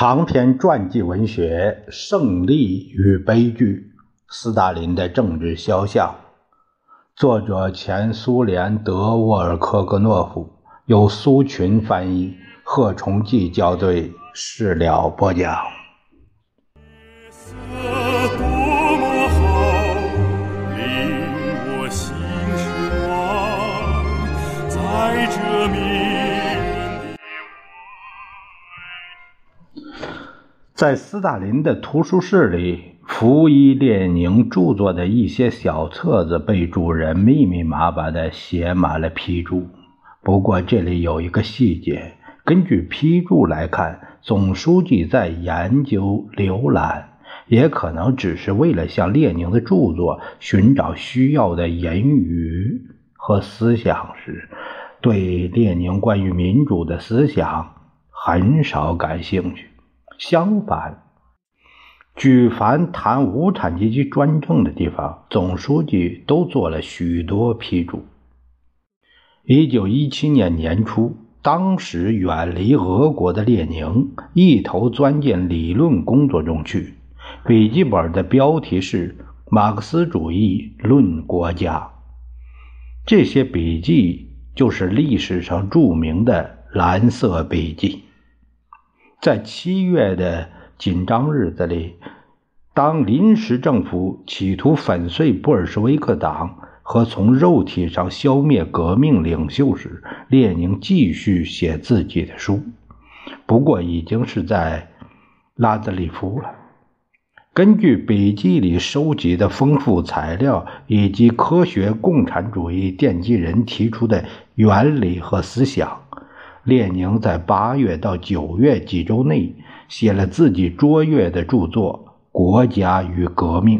长篇传记文学《胜利与悲剧：斯大林的政治肖像》，作者前苏联德沃尔科格诺夫，由苏群翻译，贺崇济校对，事了播讲。在斯大林的图书室里，福伊列宁著作的一些小册子被主人密密麻麻地写满了批注。不过这里有一个细节，根据批注来看，总书记在研究浏览，也可能只是为了向列宁的著作寻找需要的言语和思想时，对列宁关于民主的思想很少感兴趣。相反，举凡谈无产阶级专政的地方，总书记都做了许多批注。1917年年初，当时远离俄国的列宁一头钻进理论工作中去，笔记本的标题是马克思主义论国家。这些笔记就是历史上著名的蓝色笔记。在7月的紧张日子里，当临时政府企图粉碎布尔什维克党和从肉体上消灭革命领袖时，列宁继续写自己的书，不过已经是在拉兹里夫了。根据笔记里收集的丰富材料以及科学共产主义奠基人提出的原理和思想，列宁在8月到9月几周内写了自己卓越的著作《国家与革命》。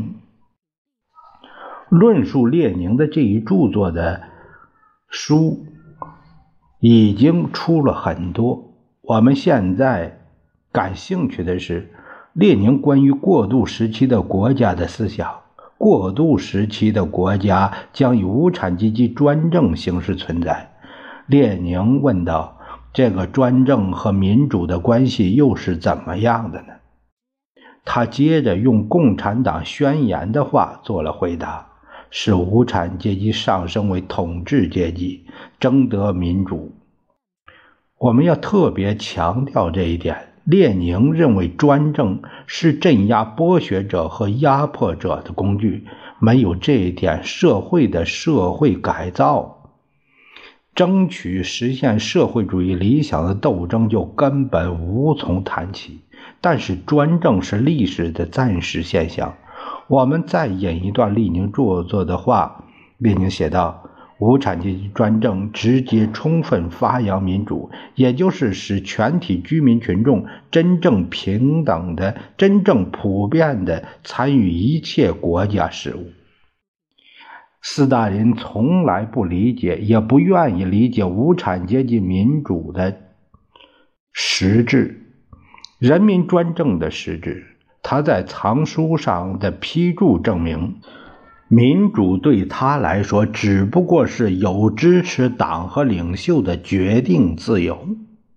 论述列宁的这一著作的书已经出了很多，我们现在感兴趣的是列宁关于过渡时期的国家的思想。过渡时期的国家将以无产阶级专政形式存在。列宁问道，这个专政和民主的关系又是怎么样的呢？他接着用共产党宣言的话做了回答，使无产阶级上升为统治阶级，争得民主。我们要特别强调这一点，列宁认为专政是镇压剥削者和压迫者的工具，没有这一点，社会的社会改造争取实现社会主义理想的斗争就根本无从谈起。但是专政是历史的暂时现象。我们再引一段列宁著作的话，列宁写道，无产阶级专政直接充分发扬民主，也就是使全体居民群众真正平等的、真正普遍的参与一切国家事务。斯大林从来不理解，也不愿意理解无产阶级民主的实质，人民专政的实质。他在藏书上的批注证明，民主对他来说只不过是有支持党和领袖的决定自由，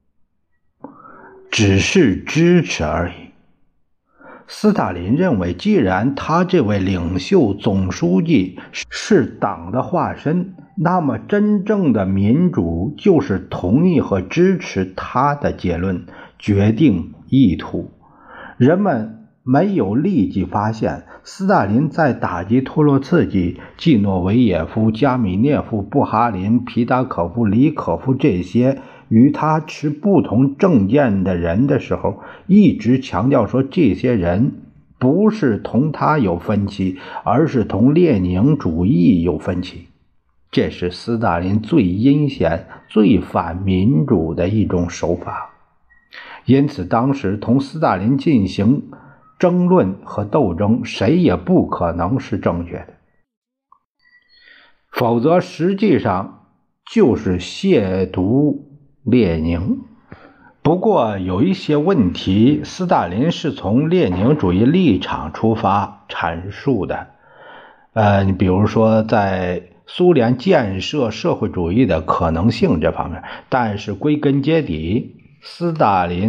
只是支持而已。斯大林认为，既然他这位领袖总书记是党的化身，那么真正的民主就是同意和支持他的结论、决定、意图。人们没有立即发现，斯大林在打击托洛茨基、季诺维耶夫、加米涅夫、布哈林、皮达可夫、李可夫这些与他持不同政见的人的时候，一直强调说，这些人不是同他有分歧，而是同列宁主义有分歧。这是斯大林最阴险、最反民主的一种手法。因此当时同斯大林进行争论和斗争，谁也不可能是正确的，否则实际上就是亵渎列宁。不过有一些问题，斯大林是从列宁主义立场出发阐述的。你比如说在苏联建设社会主义的可能性这方面，但是归根结底，斯大林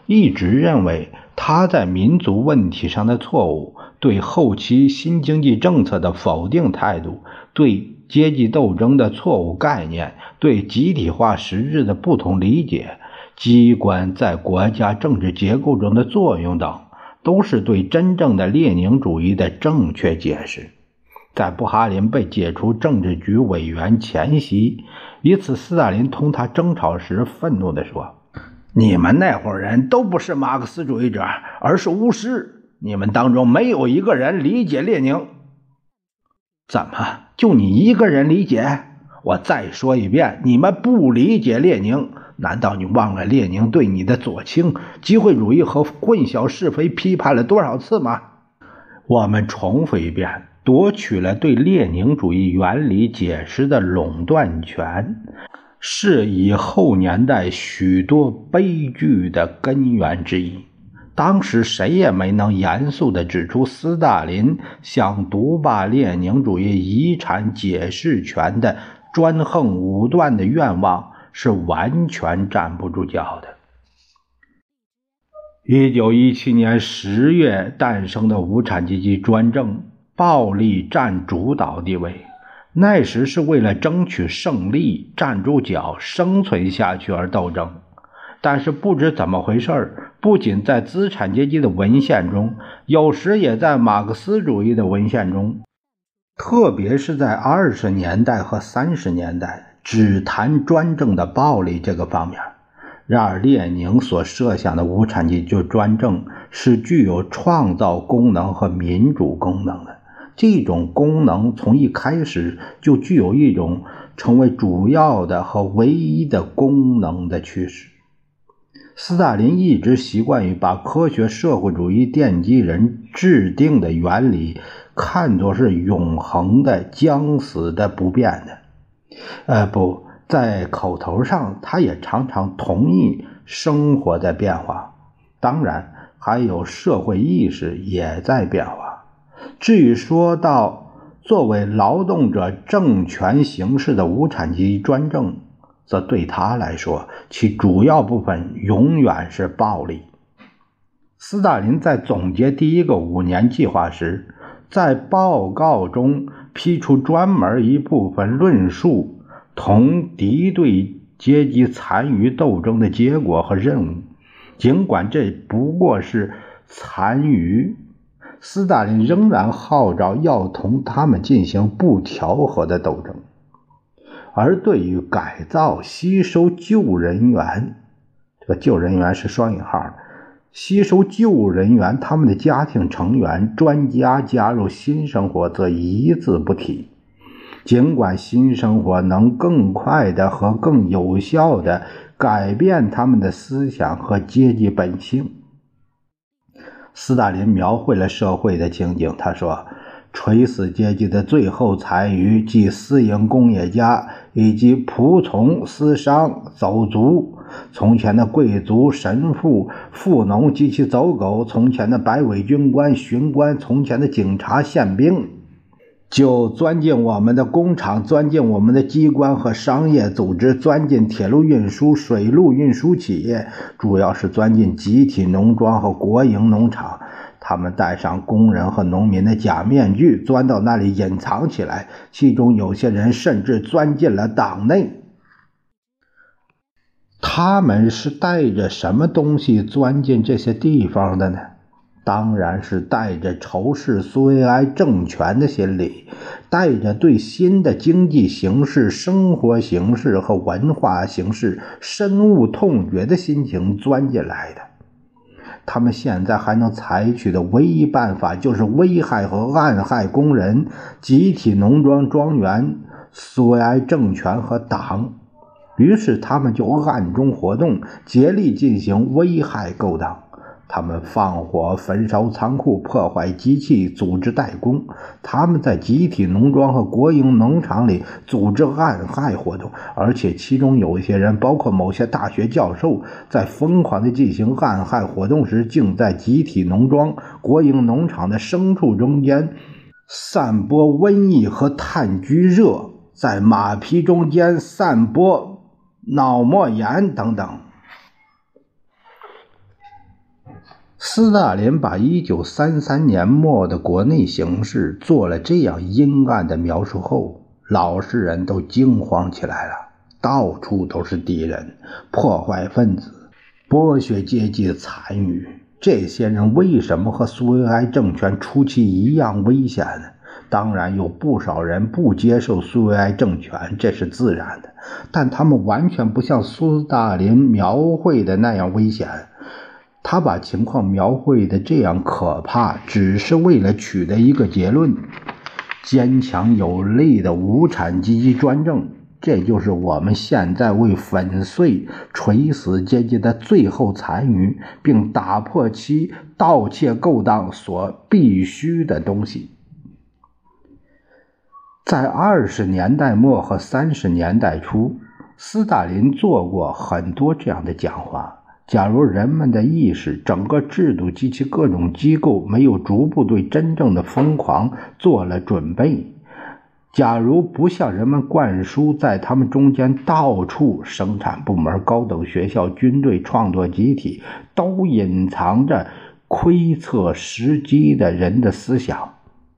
一直认为他在民族问题上的错误，对后期新经济政策的否定态度，对阶级斗争的错误概念，对集体化实质的不同理解，机关在国家政治结构中的作用等，都是对真正的列宁主义的正确解释。在布哈林被解除政治局委员前夕，一次斯大林同他争吵时愤怒地说：你们那伙人都不是马克思主义者，而是巫师，你们当中没有一个人理解列宁。怎么就你一个人理解？我再说一遍，你们不理解列宁。难道你忘了列宁对你的左倾、机会主义和混淆是非批判了多少次吗？我们重复一遍，夺取了对列宁主义原理解释的垄断权，是以后年代许多悲剧的根源之一。当时谁也没能严肃地指出斯大林想独霸列宁主义遗产解释权的专横武断的愿望是完全站不住脚的。1917年10月诞生的无产阶级专政，暴力占主导地位，那时是为了争取胜利、站住脚、生存下去而斗争。但是不知怎么回事，不仅在资产阶级的文献中，有时也在马克思主义的文献中，特别是在20年代和30年代，只谈专政的暴力这个方面。然而列宁所设想的无产阶级专政是具有创造功能和民主功能的，这种功能从一开始就具有一种成为主要的和唯一的功能的趋势。斯大林一直习惯于把科学社会主义奠基人制定的原理看作是永恒的、将死的、不变的。在口头上他也常常同意生活在变化，当然还有社会意识也在变化。至于说到作为劳动者政权形式的无产阶级专政，则对他来说，其主要部分永远是暴力。斯大林在总结第一个5年计划时，在报告中批出专门一部分论述同敌对阶级残余斗争的结果和任务。尽管这不过是残余，斯大林仍然号召要同他们进行不调和的斗争。而对于改造、吸收旧人员，这个旧人员是双引号的，吸收旧人员他们的家庭成员、专家加入新生活，则一字不提。尽管新生活能更快的和更有效的改变他们的思想和阶级本性。斯大林描绘了社会的情景，他说，垂死阶级的最后残余，即私营工业家以及仆从、私商、走卒，从前的贵族、神父、富农及其走狗，从前的百伪军官、巡官，从前的警察、宪兵，就钻进我们的工厂，钻进我们的机关和商业组织，钻进铁路运输、水路运输企业，主要是钻进集体农庄和国营农场。他们戴上工人和农民的假面具，钻到那里隐藏起来，其中有些人甚至钻进了党内。他们是带着什么东西钻进这些地方的呢？当然是带着仇视苏维埃政权的心理，带着对新的经济形势、生活形式和文化形式深恶痛绝的心情钻进来的。他们现在还能采取的唯一办法，就是危害和暗害工人、集体农庄庄园、苏维埃政权和党。于是他们就暗中活动，竭力进行危害勾当。他们放火、焚烧仓库、破坏机器、组织代工。他们在集体农庄和国营农场里组织暗害活动，而且其中有一些人，包括某些大学教授，在疯狂地进行暗害活动时，竟在集体农庄、国营农场的牲畜中间散播瘟疫和炭疽热，在马匹中间散播脑膜炎等等。 斯大林把1933年末的国内形势做了这样阴暗的描述后，老实人都惊慌起来了。到处都是敌人、破坏分子、剥削阶级的残余。这些人为什么和苏维埃政权初期一样危险呢？当然有不少人不接受苏维埃政权，这是自然的，但他们完全不像斯大林描绘的那样危险。他把情况描绘的这样可怕，只是为了取得一个结论：坚强有力的无产阶级专政，这就是我们现在为粉碎垂死阶级的最后残余，并打破其盗窃勾当所必须的东西。在20年代末和30年代初，斯大林做过很多这样的讲话。假如人们的意识、整个制度及其各种机构没有逐步对真正的疯狂做了准备，假如不向人们灌输在他们中间到处生产部门、高等学校、军队、创作集体都隐藏着窥测时机的人的思想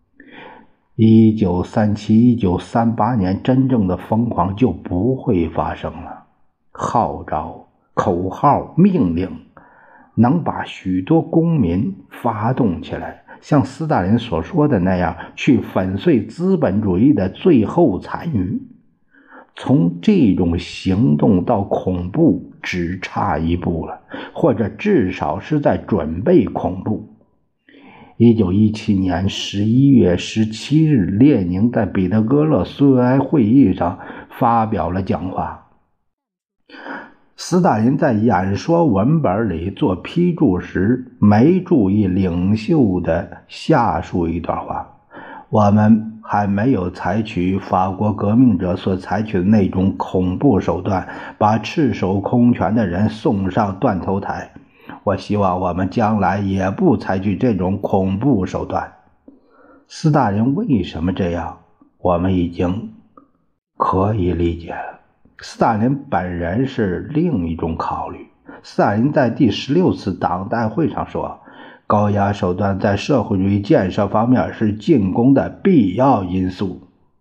，1937、1938年真正的疯狂就不会发生了。号召、口号、命令能把许多公民发动起来，像斯大林所说的那样，去粉碎资本主义的最后残余。从这种行动到恐怖只差一步了，或者至少是在准备恐怖。1917年11月17日，列宁在彼得格勒苏维埃会议上发表了讲话。斯大林在演说文本里做批注时，没注意领袖的下述一段话：我们还没有采取法国革命者所采取的那种恐怖手段，把赤手空拳的人送上断头台。我希望我们将来也不采取这种恐怖手段。斯大林为什么这样，我们已经可以理解了。斯大林本人是另一种考虑。斯大林在第16次党代会上说，高压手段在社会主义建设方面是进攻的必要因素。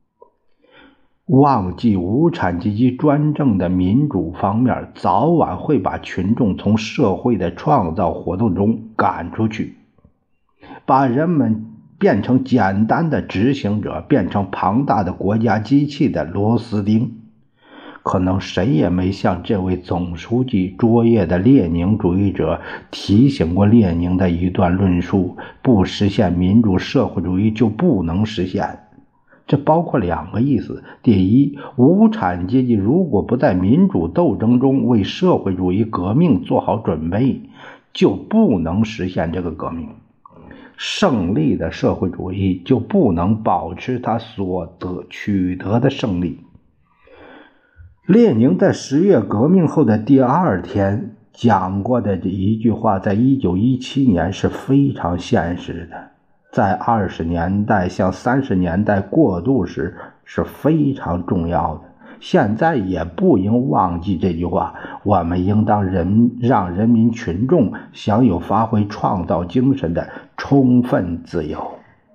忘记无产阶级专政的民主方面，早晚会把群众从社会的创造活动中赶出去，把人们变成简单的执行者，变成庞大的国家机器的螺丝钉。可能谁也没向这位总书记卓越的列宁主义者提醒过列宁的一段论述：不实现民主社会主义就不能实现。这包括两个意思：第一，无产阶级如果不在民主斗争中为社会主义革命做好准备，就不能实现这个革命。胜利的社会主义就不能保持它所取得的胜利。列宁在10月革命后的第2天讲过的这一句话，在1917年是非常现实的，在20年代向30年代过渡时是非常重要的。现在也不应忘记这句话，我们应当让人民群众享有发挥创造精神的充分自由。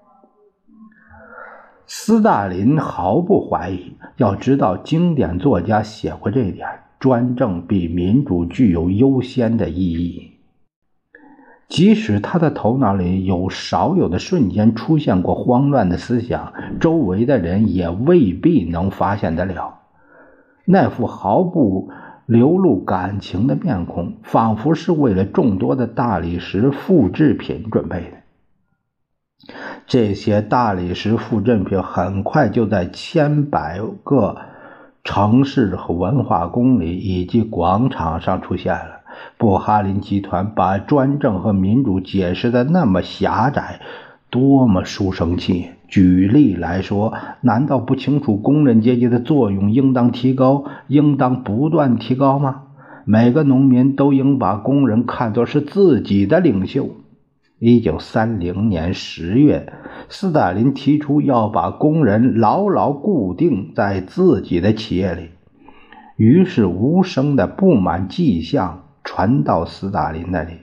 斯大林毫不怀疑，要知道经典作家写过这一点，专政比民主具有优先的意义。即使他的头脑里有少有的瞬间出现过慌乱的思想，周围的人也未必能发现得了。那副毫不流露感情的面孔，仿佛是为了众多的大理石复制品准备的。这些大理石复制品很快就在千百个城市和文化宫里以及广场上出现了。布哈林集团把专政和民主解释的那么狭窄，多么书生气！举例来说，难道不清楚工人阶级的作用应当提高，应当不断提高吗？每个农民都应把工人看作是自己的领袖。1930年10月，斯大林提出要把工人牢牢固定在自己的企业里，于是无声的不满迹象传到斯大林那里。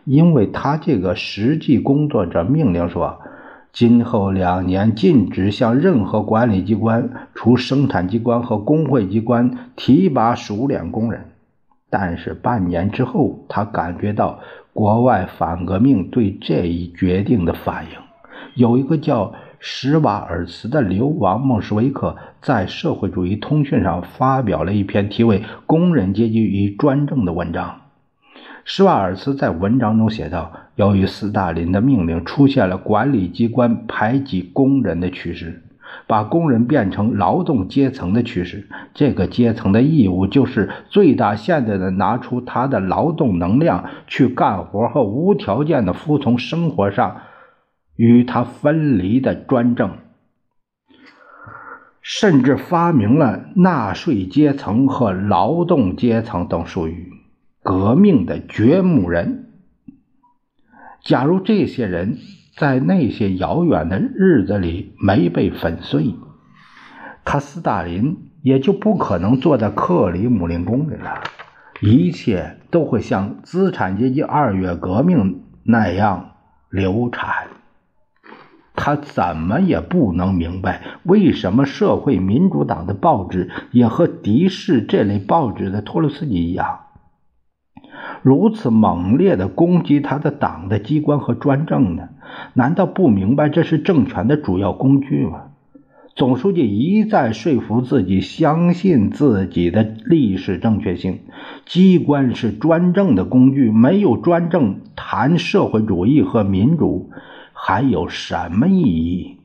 因为他这个实际工作者命令说，今后2年禁止向任何管理机关，除生产机关和工会机关提拔熟练工人。但是半年之后，他感觉到国外反革命对这一决定的反应。有一个叫施瓦尔茨的流亡孟什维克在社会主义通讯上发表了一篇题为《工人阶级与专政》的文章。施瓦尔茨在文章中写道，由于斯大林的命令，出现了管理机关排挤工人的趋势，把工人变成劳动阶层的趋势。这个阶层的义务就是最大限度地拿出他的劳动能量去干活和无条件地服从生活上与他分离的专政，甚至发明了纳税阶层和劳动阶层等术语。革命的掘墓人，假如这些人在那些遥远的日子里没被粉碎，斯大林也就不可能坐在克里姆林宫里了，一切都会像资产阶级2月革命那样流产。他怎么也不能明白，为什么社会民主党的报纸也和敌视这类报纸的托洛斯基一样，如此猛烈地攻击他的党的机关和专政呢？难道不明白这是政权的主要工具吗？总书记一再说服自己相信自己的历史正确性。机关是专政的工具，没有专政，谈社会主义和民主还有什么意义？